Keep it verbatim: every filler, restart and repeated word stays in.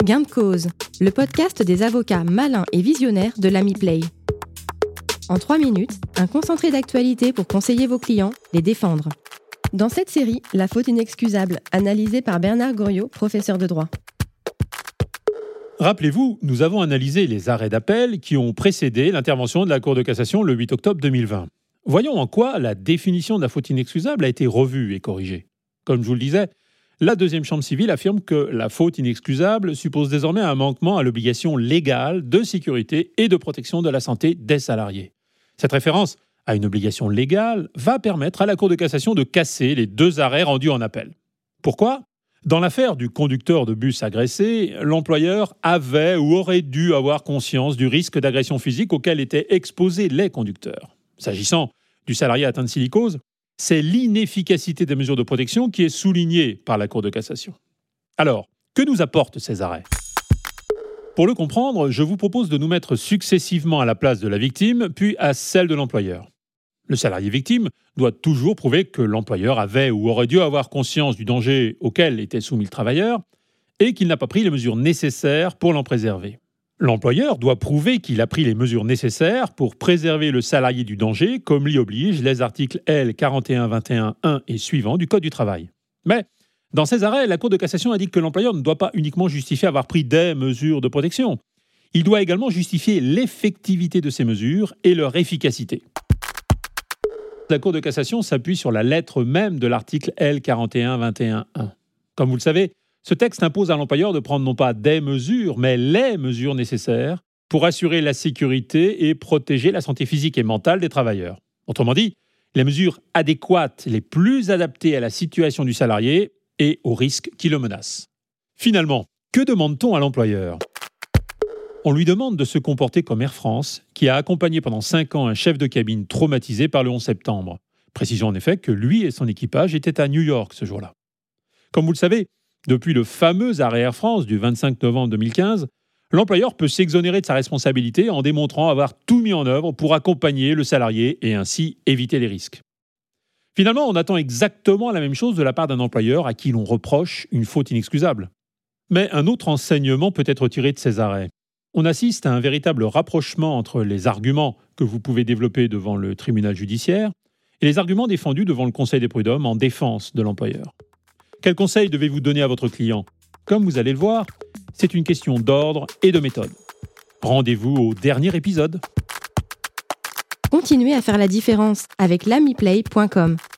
Gain de cause, le podcast des avocats malins et visionnaires de l'Ami Play. En trois minutes, un concentré d'actualité pour conseiller vos clients, les défendre. Dans cette série, la faute inexcusable, analysée par Bernard Goriot, professeur de droit. Rappelez-vous, nous avons analysé les arrêts d'appel qui ont précédé l'intervention de la Cour de cassation le huit octobre deux mille vingt. Voyons en quoi la définition de la faute inexcusable a été revue et corrigée. Comme je vous le disais, la deuxième chambre civile affirme que la faute inexcusable suppose désormais un manquement à l'obligation légale de sécurité et de protection de la santé des salariés. Cette référence à une obligation légale va permettre à la Cour de cassation de casser les deux arrêts rendus en appel. Pourquoi ? Dans l'affaire du conducteur de bus agressé, l'employeur avait ou aurait dû avoir conscience du risque d'agression physique auquel étaient exposés les conducteurs. S'agissant du salarié atteint de silicose, c'est l'inefficacité des mesures de protection qui est soulignée par la Cour de cassation. Alors, que nous apportent ces arrêts ? Pour le comprendre, je vous propose de nous mettre successivement à la place de la victime, puis à celle de l'employeur. Le salarié victime doit toujours prouver que l'employeur avait ou aurait dû avoir conscience du danger auquel était soumis le travailleur et qu'il n'a pas pris les mesures nécessaires pour l'en préserver. L'employeur doit prouver qu'il a pris les mesures nécessaires pour préserver le salarié du danger, comme l'y obligent les articles L quarante et un vingt et un un et suivants du Code du travail. Mais, dans ces arrêts, la Cour de cassation indique que l'employeur ne doit pas uniquement justifier avoir pris des mesures de protection. Il doit également justifier l'effectivité de ces mesures et leur efficacité. La Cour de cassation s'appuie sur la lettre même de l'article L quarante et un vingt et un un. Comme vous le savez, ce texte impose à l'employeur de prendre non pas des mesures, mais les mesures nécessaires pour assurer la sécurité et protéger la santé physique et mentale des travailleurs. Autrement dit, les mesures adéquates, les plus adaptées à la situation du salarié et aux risques qui le menacent. Finalement, que demande-t-on à l'employeur ? On lui demande de se comporter comme Air France, qui a accompagné pendant cinq ans un chef de cabine traumatisé par le onze septembre. Précisons en effet que lui et son équipage étaient à New York ce jour-là. Comme vous le savez, depuis le fameux arrêt Air France du vingt-cinq novembre deux mille quinze, l'employeur peut s'exonérer de sa responsabilité en démontrant avoir tout mis en œuvre pour accompagner le salarié et ainsi éviter les risques. Finalement, on attend exactement la même chose de la part d'un employeur à qui l'on reproche une faute inexcusable. Mais un autre enseignement peut être tiré de ces arrêts. On assiste à un véritable rapprochement entre les arguments que vous pouvez développer devant le tribunal judiciaire et les arguments défendus devant le Conseil des prud'hommes en défense de l'employeur. Quel conseil devez-vous donner à votre client ? Comme vous allez le voir, c'est une question d'ordre et de méthode. Rendez-vous au dernier épisode. Continuez à faire la différence avec l'ami play point com.